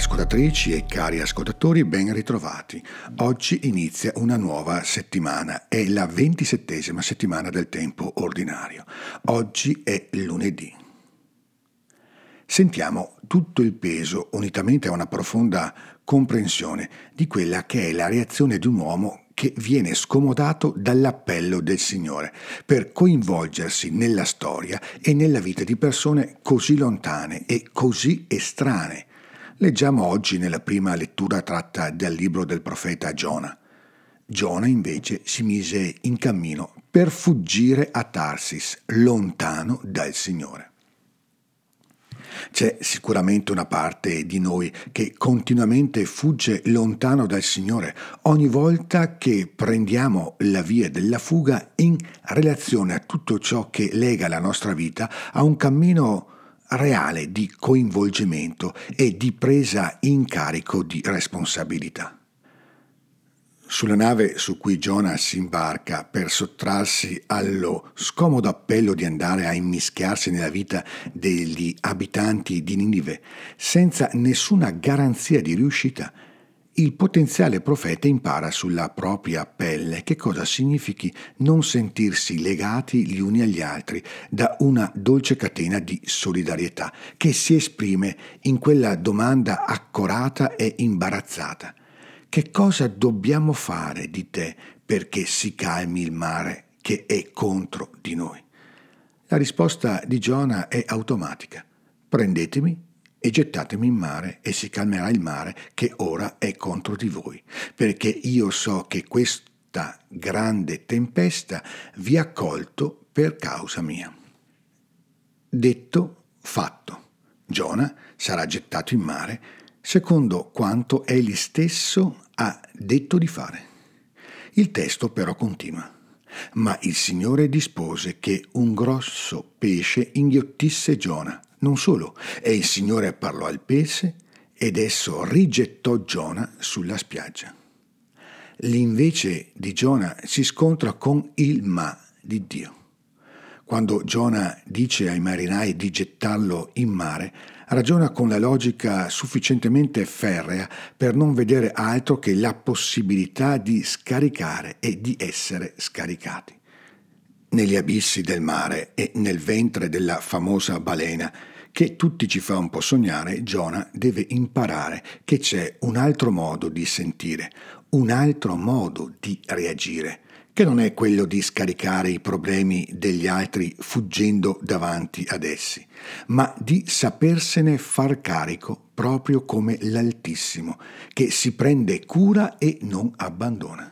ascoltatrici e cari ascoltatori, ben ritrovati. Oggi inizia una nuova settimana, è la 27ª settimana del tempo ordinario. Oggi è lunedì. Sentiamo tutto il peso, unitamente a una profonda comprensione di quella che è la reazione di un uomo che viene scomodato dall'appello del Signore per coinvolgersi nella storia e nella vita di persone così lontane e così estranee. Leggiamo oggi nella prima lettura tratta dal libro del profeta Giona. Giona invece si mise in cammino per fuggire a Tarsis, lontano dal Signore. C'è sicuramente una parte di noi che continuamente fugge lontano dal Signore ogni volta che prendiamo la via della fuga in relazione a tutto ciò che lega la nostra vita a un cammino reale di coinvolgimento e di presa in carico di responsabilità. Sulla nave su cui Giona si imbarca per sottrarsi allo scomodo appello di andare a immischiarsi nella vita degli abitanti di Ninive, senza nessuna garanzia di riuscita, il potenziale profeta impara sulla propria pelle che cosa significhi non sentirsi legati gli uni agli altri da una dolce catena di solidarietà che si esprime in quella domanda accorata e imbarazzata. Che cosa dobbiamo fare di te perché si calmi il mare che è contro di noi? La risposta di Giona è automatica. Prendetemi e gettatemi in mare e si calmerà il mare che ora è contro di voi, perché io so che questa grande tempesta vi ha colto per causa mia. Detto, fatto. Giona sarà gettato in mare secondo quanto egli stesso ha detto di fare. Il testo però continua. Ma il Signore dispose che un grosso pesce inghiottisse Giona. Non solo, e il Signore parlò al pesce ed esso rigettò Giona sulla spiaggia. L'invece di Giona si scontra con il ma di Dio. Quando Giona dice ai marinai di gettarlo in mare, ragiona con la logica sufficientemente ferrea per non vedere altro che la possibilità di scaricare e di essere scaricati. Negli abissi del mare e nel ventre della famosa balena, che tutti ci fa un po' sognare, Giona deve imparare che c'è un altro modo di sentire, un altro modo di reagire, che non è quello di scaricare i problemi degli altri fuggendo davanti ad essi, ma di sapersene far carico proprio come l'Altissimo, che si prende cura e non abbandona.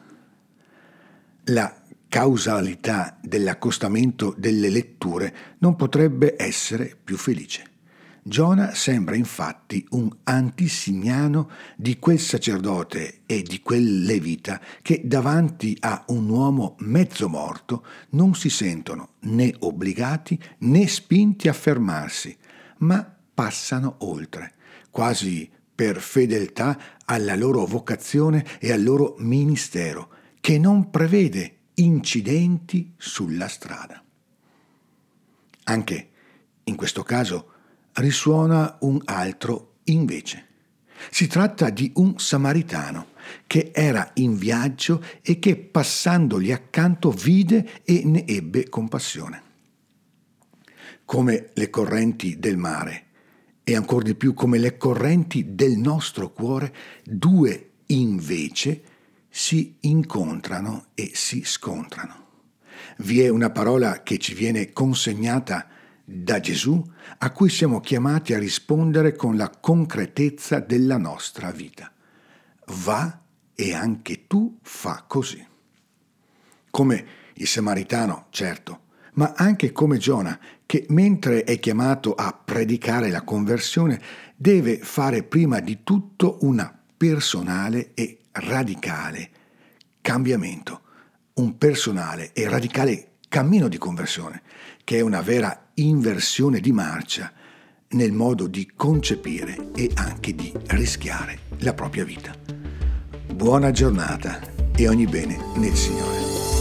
La causalità dell'accostamento delle letture non potrebbe essere più felice. Giona sembra infatti un antisignano di quel sacerdote e di quel levita che davanti a un uomo mezzo morto non si sentono né obbligati né spinti a fermarsi, ma passano oltre, quasi per fedeltà alla loro vocazione e al loro ministero, che non prevede incidenti sulla strada. Anche in questo caso risuona un altro invece. Si tratta di un samaritano che era in viaggio e che passandogli accanto vide e ne ebbe compassione. Come le correnti del mare e ancor di più come le correnti del nostro cuore, due invece si incontrano e si scontrano. Vi è una parola che ci viene consegnata da Gesù, a cui siamo chiamati a rispondere con la concretezza della nostra vita. Va e anche tu fa così. Come il samaritano, certo, ma anche come Giona, che mentre è chiamato a predicare la conversione, deve fare prima di tutto una personale e radicale cambiamento, un personale e radicale cammino di conversione, che è una vera inversione di marcia nel modo di concepire e anche di rischiare la propria vita. Buona giornata e ogni bene nel Signore.